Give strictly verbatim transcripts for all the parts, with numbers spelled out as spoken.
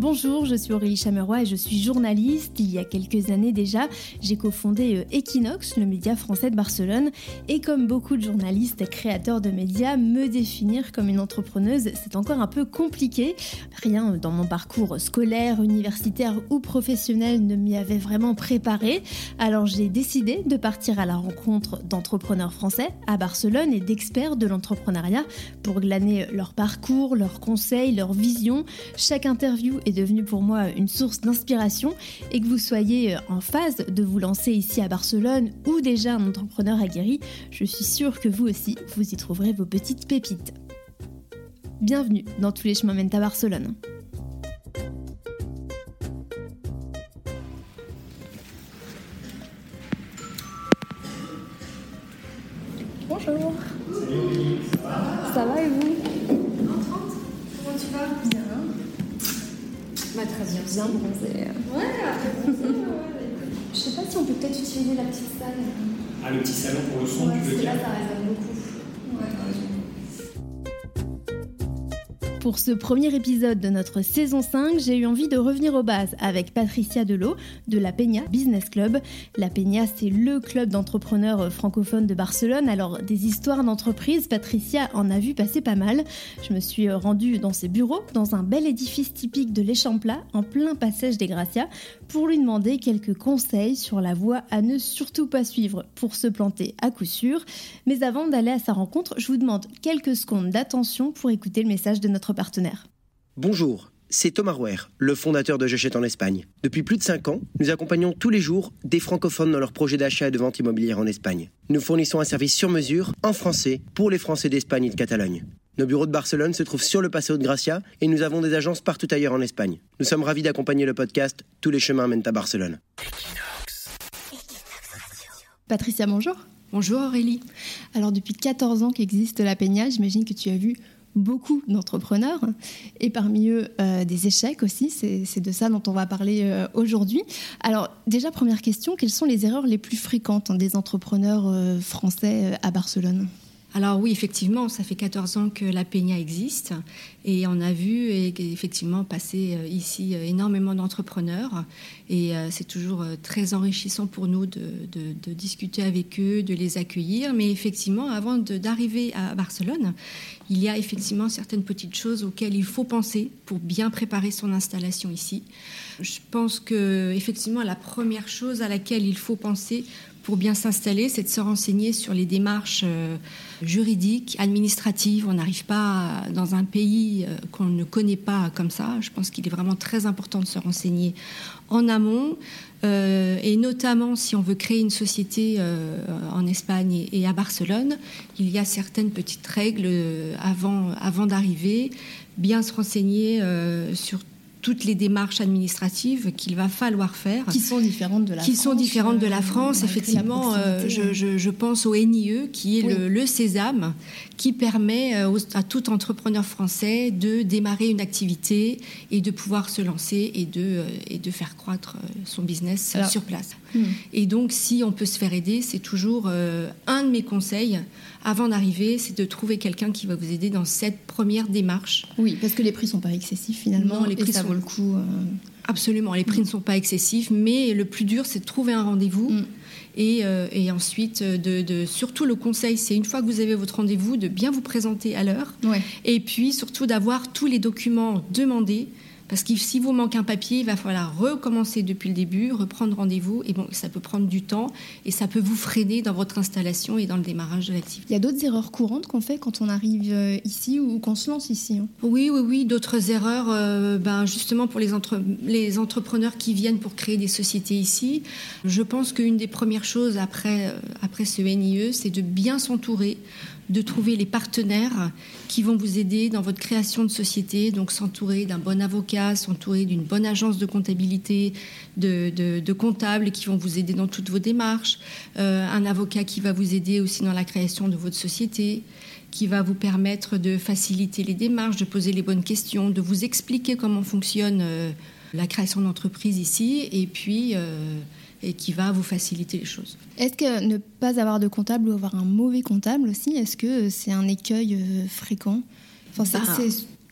Bonjour, je suis Aurélie Chameroy et je suis journaliste. Il y a quelques années déjà, j'ai cofondé Equinox, le média français de Barcelone. Et comme beaucoup de journalistes créateurs de médias, me définir comme une entrepreneuse, c'est encore un peu compliqué. Rien dans mon parcours scolaire, universitaire ou professionnel ne m'y avait vraiment préparé. Alors j'ai décidé de partir à la rencontre d'entrepreneurs français à Barcelone et d'experts de l'entrepreneuriat pour glaner leur parcours, leurs conseils, leurs visions. Chaque interview est devenue pour moi une source d'inspiration et que vous soyez en phase de vous lancer ici à Barcelone ou déjà un entrepreneur aguerri, je suis sûre que vous aussi, vous y trouverez vos petites pépites. Bienvenue dans Tous les chemins mènent à Barcelone. Bonjour. Salut, ça va ? Ça va et vous ? Comment tu vas ? Bien. Bah, très bien. Bien bronzé. Ouais, très bronzé, ouais. Je sais pas si on peut peut-être utiliser la petite salle. Ah, le petit salon pour le son, Ouais, tu parce veux que dire ? là, ça résonne beaucoup. Ouais, t'as raison. Pour ce premier épisode de notre saison cinq, j'ai eu envie de revenir aux bases avec Patricia Delot de La Peña Business Club. La Peña, c'est le club d'entrepreneurs francophones de Barcelone. Alors, des histoires d'entreprise, Patricia en a vu passer pas mal. Je me suis rendue dans ses bureaux, dans un bel édifice typique de l'Eixample, en plein passage des Gracias, pour lui demander quelques conseils sur la voie à ne surtout pas suivre pour se planter à coup sûr. Mais avant d'aller à sa rencontre, je vous demande quelques secondes d'attention pour écouter le message de notre partenaire. Bonjour, c'est Thomas Rouer, le fondateur de J'achète en Espagne. Depuis plus de cinq ans, nous accompagnons tous les jours des francophones dans leurs projets d'achat et de vente immobilière en Espagne. Nous fournissons un service sur mesure, en français, pour les Français d'Espagne et de Catalogne. Nos bureaux de Barcelone se trouvent sur le Paseo de Gracia et nous avons des agences partout ailleurs en Espagne. Nous sommes ravis d'accompagner le podcast Tous les chemins mènent à Barcelone. Patricia, bonjour. Bonjour Aurélie. Alors depuis quatorze ans qu'existe La Peña, j'imagine que tu as vu beaucoup d'entrepreneurs et parmi eux euh, des échecs aussi, c'est, c'est de ça dont on va parler euh, aujourd'hui. Alors déjà, première question, quelles sont les erreurs les plus fréquentes hein, des entrepreneurs euh, français euh, à Barcelone ? Alors oui, effectivement, ça fait quatorze ans que la Peña existe et on a vu effectivement passer ici énormément d'entrepreneurs et c'est toujours très enrichissant pour nous de, de, de discuter avec eux, de les accueillir. Mais effectivement, avant de, d'arriver à Barcelone, il y a effectivement certaines petites choses auxquelles il faut penser pour bien préparer son installation ici. Je pense que effectivement, la première chose à laquelle il faut penser pour bien s'installer, c'est de se renseigner sur les démarches euh, juridiques, administratives. On n'arrive pas à, dans un pays euh, qu'on ne connaît pas comme ça. Je pense qu'il est vraiment très important de se renseigner en amont, euh, et notamment si on veut créer une société euh, en Espagne et, et à Barcelone, il y a certaines petites règles avant, avant d'arriver, bien se renseigner euh, sur toutes les démarches administratives qu'il va falloir faire. Qui sont différentes de la qui France. Qui sont différentes de la France, euh, effectivement. Euh, je, je, je pense au N I E, qui est oui. le, le sésame, qui permet euh, à tout entrepreneur français de démarrer une activité et de pouvoir se lancer et de, euh, et de faire croître euh, son business Alors, sur place. Hmm. Et donc, si on peut se faire aider, c'est toujours euh, un de mes conseils avant d'arriver, c'est de trouver quelqu'un qui va vous aider dans cette première démarche. Oui, parce que les prix ne sont pas excessifs finalement. Non, les prix et ça sont... vaut le coup. Euh... Absolument, les prix mmh. ne sont pas excessifs, mais le plus dur, c'est de trouver un rendez-vous. Mmh. Et, euh, et ensuite, de, de, surtout le conseil, c'est une fois que vous avez votre rendez-vous, de bien vous présenter à l'heure. Ouais. Et puis surtout d'avoir tous les documents demandés. Parce que si vous manque un papier, il va falloir recommencer depuis le début, reprendre rendez-vous. Et bon, ça peut prendre du temps et ça peut vous freiner dans votre installation et dans le démarrage de l'activité. Il y a d'autres erreurs courantes qu'on fait quand on arrive ici ou qu'on se lance ici hein. Oui, oui, oui. D'autres erreurs, euh, ben justement pour les, entre... les entrepreneurs qui viennent pour créer des sociétés ici. Je pense qu'une des premières choses après, euh, après ce N I E, c'est de bien s'entourer, de trouver les partenaires qui vont vous aider dans votre création de société, donc s'entourer d'un bon avocat, s'entourer d'une bonne agence de comptabilité, de, de, de comptables qui vont vous aider dans toutes vos démarches, euh, un avocat qui va vous aider aussi dans la création de votre société, qui va vous permettre de faciliter les démarches, de poser les bonnes questions, de vous expliquer comment fonctionne euh, la création d'entreprise ici, et puis... Euh, et qui va vous faciliter les choses. Est-ce que ne pas avoir de comptable ou avoir un mauvais comptable aussi, est-ce que c'est un écueil euh, fréquent ? Enfin, bah, c'est, c'est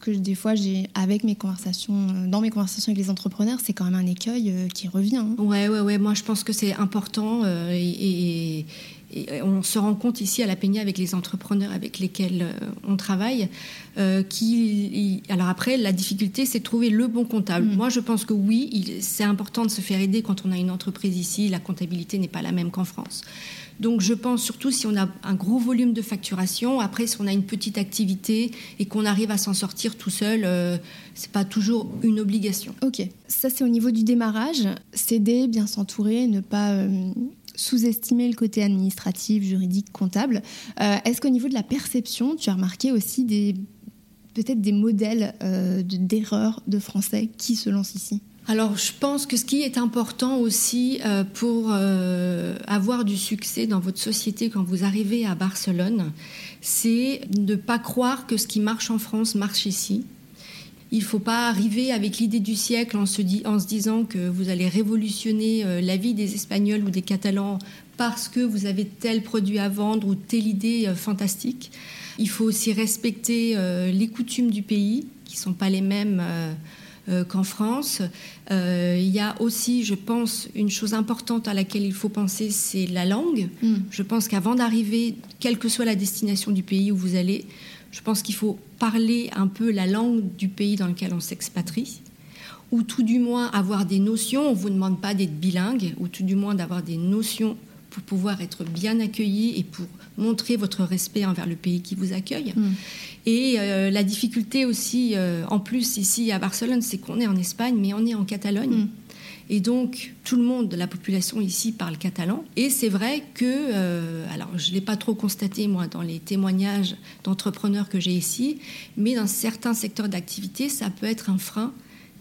que des fois j'ai avec mes conversations, dans mes conversations avec les entrepreneurs, c'est quand même un écueil euh, qui revient. Hein. Ouais, ouais, ouais. Moi, je pense que c'est important euh, et, et, et on se rend compte ici à la Peña avec les entrepreneurs avec lesquels euh, on travaille. Euh, qui, alors après, la difficulté, c'est de trouver le bon comptable. Mmh. Moi, je pense que oui, il, c'est important de se faire aider quand on a une entreprise ici. La comptabilité n'est pas la même qu'en France. Donc, je pense surtout si on a un gros volume de facturation. Après, si on a une petite activité et qu'on arrive à s'en sortir tout seul, euh, c'est pas toujours une obligation. Ok, ça c'est au niveau du démarrage. S'aider, bien s'entourer, ne pas euh, sous-estimer le côté administratif, juridique, comptable. Euh, est-ce qu'au niveau de la perception, tu as remarqué aussi des peut-être des modèles euh, de, d'erreurs de Français qui se lancent ici? Alors, je pense que ce qui est important aussi euh, pour euh, avoir du succès dans votre société quand vous arrivez à Barcelone, c'est de ne pas croire que ce qui marche en France marche ici. Il ne faut pas arriver avec l'idée du siècle en se, dit, en se disant que vous allez révolutionner euh, la vie des Espagnols ou des Catalans parce que vous avez tel produit à vendre ou telle idée euh, fantastique. Il faut aussi respecter euh, les coutumes du pays, qui ne sont pas les mêmes euh, euh, qu'en France. Euh, il y a aussi, je pense, une chose importante à laquelle il faut penser, c'est la langue. Mm. Je pense qu'avant d'arriver, quelle que soit la destination du pays où vous allez, je pense qu'il faut parler un peu la langue du pays dans lequel on s'expatrie, ou tout du moins avoir des notions. On ne vous demande pas d'être bilingue, ou tout du moins d'avoir des notions pour pouvoir être bien accueilli et pour montrer votre respect envers le pays qui vous accueille. Mm. Et euh, la difficulté aussi, euh, en plus, ici à Barcelone, c'est qu'on est en Espagne, mais on est en Catalogne. Mm. Et donc, tout le monde, la population ici, parle catalan. Et c'est vrai que, euh, alors je ne l'ai pas trop constaté, moi, dans les témoignages d'entrepreneurs que j'ai ici, mais dans certains secteurs d'activité, ça peut être un frein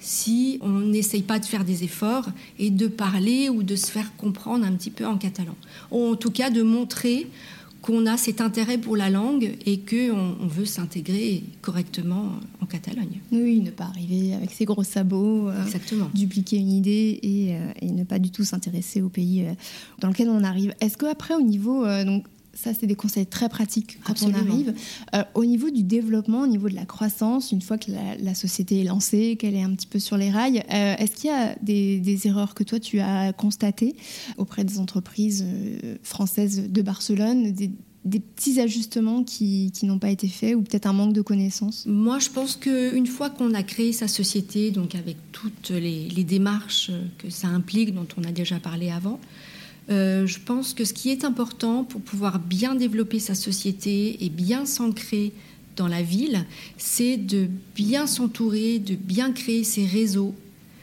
si on n'essaye pas de faire des efforts et de parler ou de se faire comprendre un petit peu en catalan. Ou en tout cas, de montrer qu'on a cet intérêt pour la langue et qu'on on veut s'intégrer correctement en Catalogne. Oui, ne pas arriver avec ses gros sabots, euh, dupliquer une idée et, euh, et ne pas du tout s'intéresser au pays euh, dans lequel on arrive. Est-ce qu'après, au niveau... Euh, donc, ça, c'est des conseils très pratiques quand Absolument. on arrive. Euh, au niveau du développement, au niveau de la croissance, une fois que la, la société est lancée, qu'elle est un petit peu sur les rails, euh, est-ce qu'il y a des, des erreurs que toi, tu as constatées auprès des entreprises euh, françaises de Barcelone, des, des petits ajustements qui, qui n'ont pas été faits ou peut-être un manque de connaissances? Moi, je pense qu'une fois qu'on a créé sa société, donc avec toutes les, les démarches que ça implique, dont on a déjà parlé avant, Euh, je pense que ce qui est important pour pouvoir bien développer sa société et bien s'ancrer dans la ville, c'est de bien s'entourer, de bien créer ses réseaux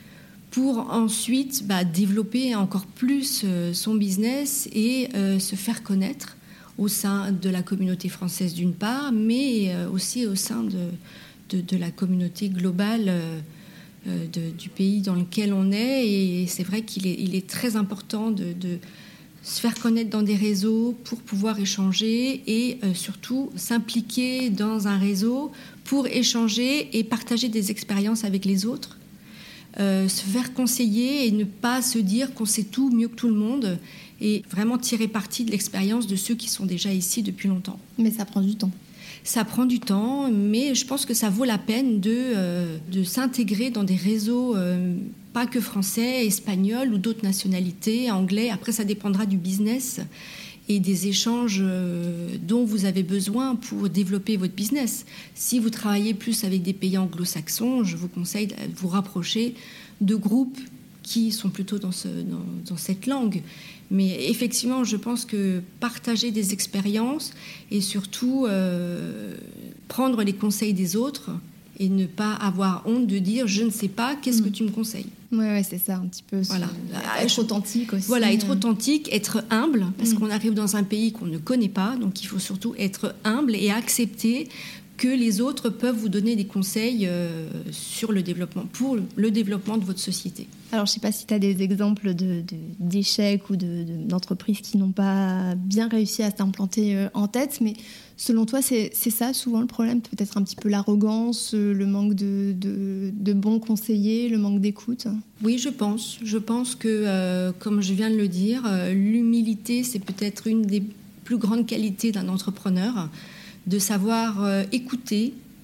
pour ensuite bah, développer encore plus euh, son business et euh, se faire connaître au sein de la communauté française d'une part, mais euh, aussi au sein de, de, de la communauté globale euh, De, du pays dans lequel on est. Et c'est vrai qu'il est, il est très important de, de se faire connaître dans des réseaux pour pouvoir échanger et euh, surtout s'impliquer dans un réseau pour échanger et partager des expériences avec les autres, euh, se faire conseiller et ne pas se dire qu'on sait tout mieux que tout le monde et vraiment tirer parti de l'expérience de ceux qui sont déjà ici depuis longtemps. Mais ça prend du temps. Ça prend du temps, mais je pense que ça vaut la peine de, euh, de s'intégrer dans des réseaux, euh, pas que français, espagnols ou d'autres nationalités, anglais. Après, ça dépendra du business et des échanges euh, dont vous avez besoin pour développer votre business. Si vous travaillez plus avec des pays anglo-saxons, je vous conseille de vous rapprocher de groupes qui sont plutôt dans, ce, dans, dans cette langue. Mais effectivement, je pense que partager des expériences et surtout euh, prendre les conseils des autres et ne pas avoir honte de dire « je ne sais pas, qu'est-ce mmh. que tu me conseilles ?» Oui, ouais, c'est ça, un petit peu. Voilà. Être je, authentique aussi. Voilà, être authentique, être humble, parce mmh. qu'on arrive dans un pays qu'on ne connaît pas, donc il faut surtout être humble et accepter que les autres peuvent vous donner des conseils euh, sur le développement, pour le développement de votre société. Alors, je ne sais pas si tu as des exemples de, de, d'échecs ou de, de, d'entreprises qui n'ont pas bien réussi à s'implanter euh, en tête, mais selon toi, c'est, c'est ça souvent le problème, peut-être un petit peu l'arrogance, euh, le manque de, de, de bons conseillers, le manque d'écoute? Oui, je pense. Je pense que, euh, comme je viens de le dire, euh, l'humilité, c'est peut-être une des plus grandes qualités d'un entrepreneur, de savoir euh, écouter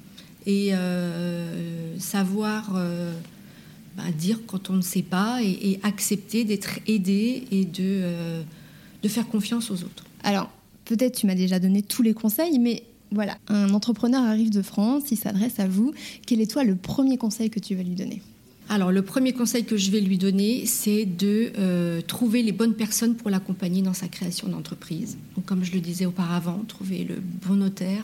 et euh, savoir euh, bah, dire quand on ne sait pas et, et accepter d'être aidé et de, euh, de faire confiance aux autres. Alors, peut-être tu m'as déjà donné tous les conseils, mais voilà, un entrepreneur arrive de France, il s'adresse à vous. Quel est toi le premier conseil que tu vas lui donner ? Alors, le premier conseil que je vais lui donner, c'est de euh, trouver les bonnes personnes pour l'accompagner dans sa création d'entreprise. Donc, comme je le disais auparavant, trouver le bon notaire.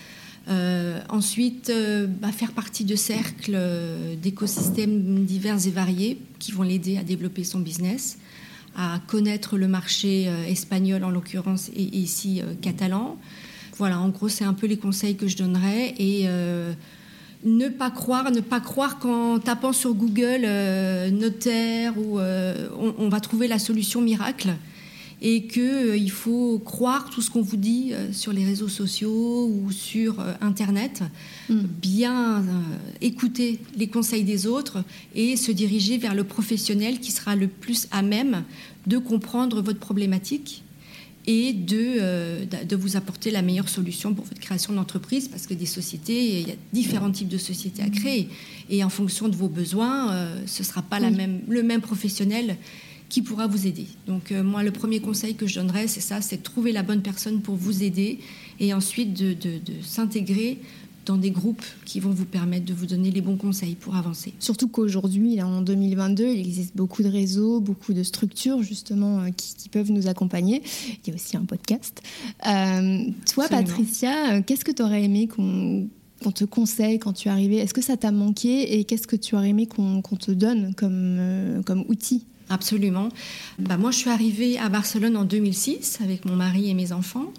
Euh, ensuite, euh, bah, faire partie de cercles euh, d'écosystèmes divers et variés qui vont l'aider à développer son business, à connaître le marché euh, espagnol en l'occurrence et, et ici euh, catalan. Voilà, en gros, c'est un peu les conseils que je donnerais. Et euh, ne pas croire, ne pas croire qu'en tapant sur Google euh, notaire, ou, euh, on, on va trouver la solution miracle. Et qu'il euh, faut croire tout ce qu'on vous dit euh, sur les réseaux sociaux ou sur euh, Internet. Mmh. Bien euh, écouter les conseils des autres et se diriger vers le professionnel qui sera le plus à même de comprendre votre problématique et de, euh, de vous apporter la meilleure solution pour votre création d'entreprise, parce que des sociétés, il y a différents types de sociétés à créer, et en fonction de vos besoins, euh, ce ne sera pas la même, le même professionnel qui pourra vous aider. Donc euh, moi, le premier conseil que je donnerais, c'est ça, c'est de trouver la bonne personne pour vous aider, et ensuite de, de, de s'intégrer dans des groupes qui vont vous permettre de vous donner les bons conseils pour avancer. Surtout qu'aujourd'hui, là, en deux mille vingt-deux, il existe beaucoup de réseaux, beaucoup de structures justement euh, qui, qui peuvent nous accompagner. Il y a aussi un podcast. Euh, toi, Absolument. Patricia, euh, qu'est-ce que tu aurais aimé qu'on, qu'on te conseille quand tu es arrivée ? Est-ce que ça t'a manqué et qu'est-ce que tu aurais aimé qu'on, qu'on te donne comme, euh, comme outil ? Absolument. Bah, moi, je suis arrivée à Barcelone en deux mille six avec mon mari et mes enfants.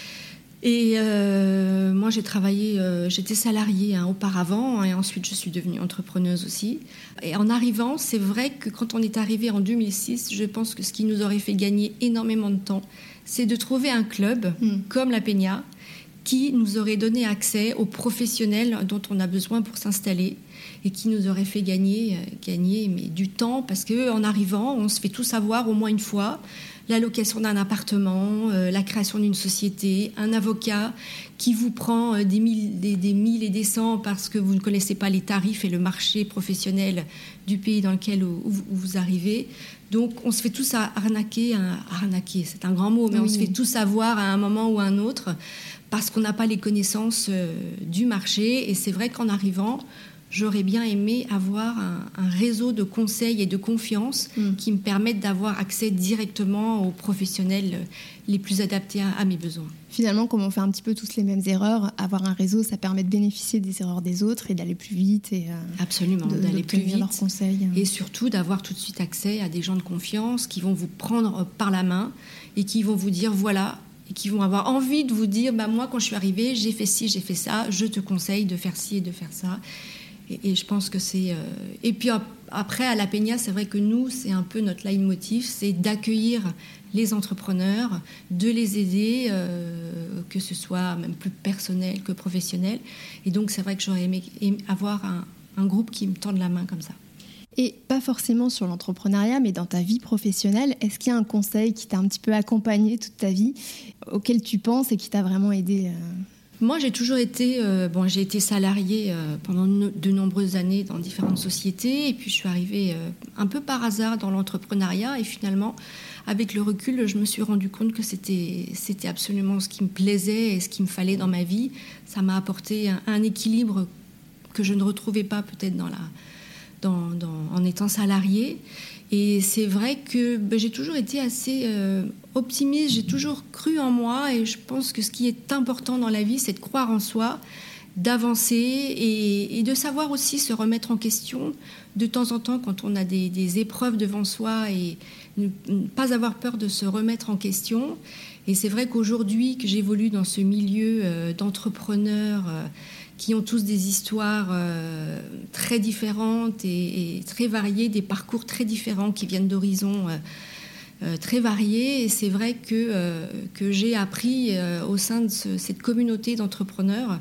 Et euh, moi, j'ai travaillé, euh, j'étais salariée hein, auparavant, hein, et ensuite je suis devenue entrepreneuse aussi. Et en arrivant, c'est vrai que quand on est arrivé en deux mille six, je pense que ce qui nous aurait fait gagner énormément de temps, c'est de trouver un club mmh. comme la Peña qui nous aurait donné accès aux professionnels dont on a besoin pour s'installer et qui nous aurait fait gagner, euh, gagner mais du temps, parce qu'en arrivant, on se fait tout savoir au moins une fois. La location d'un appartement, euh, la création d'une société, un avocat qui vous prend euh, des, mille, des, des mille et des cents parce que vous ne connaissez pas les tarifs et le marché professionnel du pays dans lequel où, où vous arrivez. Donc on se fait tous arnaquer, un, arnaquer c'est un grand mot, mais oui. on se fait tous avoir à un moment ou à un autre parce qu'on n'a pas les connaissances euh, du marché. Et c'est vrai qu'en arrivant, j'aurais bien aimé avoir un, un réseau de conseils et de confiance mmh. qui me permettent d'avoir accès directement aux professionnels les plus adaptés à, à mes besoins. Finalement, comme on fait un petit peu tous les mêmes erreurs, avoir un réseau, ça permet de bénéficier des erreurs des autres et d'aller plus vite. Et, euh, Absolument, de, d'aller plus vite. Leurs conseils. Et surtout d'avoir tout de suite accès à des gens de confiance qui vont vous prendre par la main et qui vont vous dire voilà, et qui vont avoir envie de vous dire bah, moi, quand je suis arrivée, j'ai fait ci, j'ai fait ça, je te conseille de faire ci et de faire ça. Et, et je pense que c'est... Euh... Et puis après, à la Peña, c'est vrai que nous, c'est un peu notre leitmotiv, c'est d'accueillir les entrepreneurs, de les aider, euh, que ce soit même plus personnel que professionnel. Et donc, c'est vrai que j'aurais aimé, aimé avoir un, un groupe qui me tende la main comme ça. Et pas forcément sur l'entrepreneuriat, mais dans ta vie professionnelle, est-ce qu'il y a un conseil qui t'a un petit peu accompagné toute ta vie, auquel tu penses et qui t'a vraiment aidé euh... Moi, j'ai toujours été, euh, bon, j'ai été salariée euh, pendant no- de nombreuses années dans différentes sociétés, et puis je suis arrivée euh, un peu par hasard dans l'entrepreneuriat, et finalement, avec le recul, je me suis rendu compte que c'était, c'était absolument ce qui me plaisait et ce qu'il me fallait dans ma vie. Ça m'a apporté un, un équilibre que je ne retrouvais pas peut-être dans la, dans, dans, en étant salariée. Et c'est vrai que ben, j'ai toujours été assez euh, optimiste, j'ai toujours cru en moi, et je pense que ce qui est important dans la vie, c'est de croire en soi, d'avancer et, et de savoir aussi se remettre en question de temps en temps quand on a des, des épreuves devant soi, et ne, ne pas avoir peur de se remettre en question. Et c'est vrai qu'aujourd'hui que j'évolue dans ce milieu euh, d'entrepreneurs euh, qui ont tous des histoires euh, très différentes et, et très variées, des parcours très différents qui viennent d'horizons euh, euh, très variés. Et c'est vrai que, euh, que j'ai appris euh, au sein de ce, cette communauté d'entrepreneurs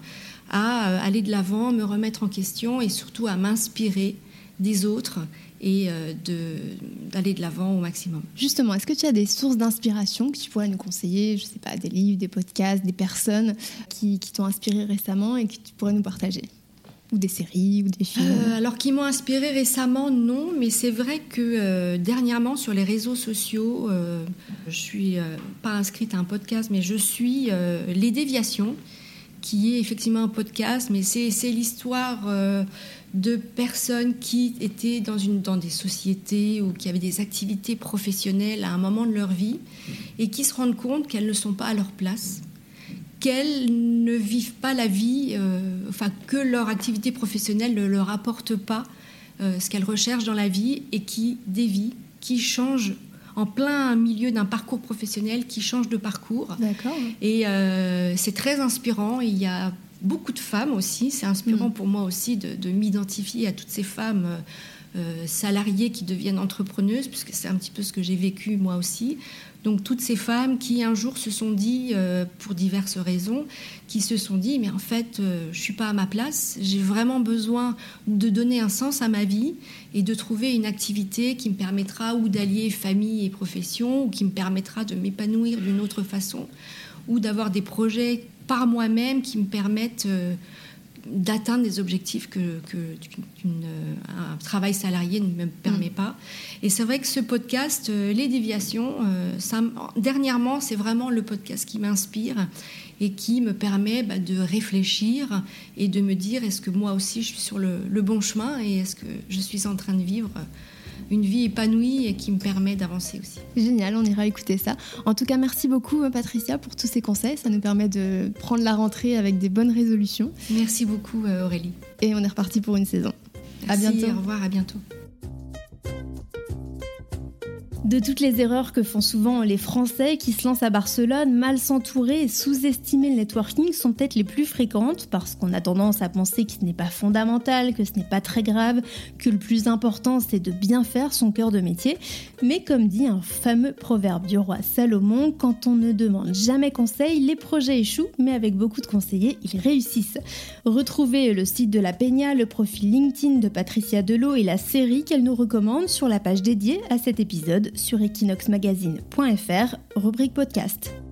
à euh, aller de l'avant, me remettre en question et surtout à m'inspirer des autres et euh, de, d'aller de l'avant au maximum. Justement, est-ce que tu as des sources d'inspiration que tu pourrais nous conseiller ? Je ne sais pas, des livres, des podcasts, des personnes qui, qui t'ont inspiré récemment et que tu pourrais nous partager ? Ou des séries, ou des films euh, Alors, qui m'ont inspiré récemment, non. Mais c'est vrai que euh, dernièrement, sur les réseaux sociaux, euh, je suis euh, pas inscrite à un podcast, mais je suis euh, Les Déviations, qui est effectivement un podcast, mais c'est, c'est l'histoire euh, de personnes qui étaient dans, une, dans des sociétés ou qui avaient des activités professionnelles à un moment de leur vie et qui se rendent compte qu'elles ne sont pas à leur place, qu'elles ne vivent pas la vie, euh, enfin que leur activité professionnelle ne leur apporte pas euh, ce qu'elles recherchent dans la vie et qui dévient, qui changent en plein milieu d'un parcours professionnel, qui change de parcours. D'accord. Et euh, c'est très inspirant. Il y a beaucoup de femmes aussi. C'est inspirant mmh. pour moi aussi de, de m'identifier à toutes ces femmes euh, salariées qui deviennent entrepreneuses, puisque c'est un petit peu ce que j'ai vécu moi aussi. Donc toutes ces femmes qui un jour se sont dit, euh, pour diverses raisons, qui se sont dit, mais en fait, euh, je ne suis pas à ma place, j'ai vraiment besoin de donner un sens à ma vie et de trouver une activité qui me permettra ou d'allier famille et profession, ou qui me permettra de m'épanouir d'une autre façon, ou d'avoir des projets par moi-même qui me permettent euh, d'atteindre des objectifs que, que qu'une, un travail salarié ne me permet mmh. pas. Et c'est vrai que ce podcast, euh, Les Déviations, euh, ça, dernièrement, c'est vraiment le podcast qui m'inspire et qui me permet bah, de réfléchir et de me dire, est-ce que moi aussi je suis sur le, le bon chemin et est-ce que je suis en train de vivre une vie épanouie et qui me permet d'avancer aussi. Génial, on ira écouter ça. En tout cas, merci beaucoup Patricia pour tous ces conseils. Ça nous permet de prendre la rentrée avec des bonnes résolutions. Merci beaucoup Aurélie. Et on est reparti pour une saison. Merci, à bientôt. Au revoir, à bientôt. De toutes les erreurs que font souvent les Français qui se lancent à Barcelone, mal s'entourer et sous-estimer le networking sont peut-être les plus fréquentes parce qu'on a tendance à penser que ce n'est pas fondamental, que ce n'est pas très grave, que le plus important c'est de bien faire son cœur de métier. Mais comme dit un fameux proverbe du roi Salomon, quand on ne demande jamais conseil, les projets échouent, mais avec beaucoup de conseillers, ils réussissent. Retrouvez le site de la Peña, le profil LinkedIn de Patricia Delot et la série qu'elle nous recommande sur la page dédiée à cet épisode sur equinox magazine point f r, rubrique podcast.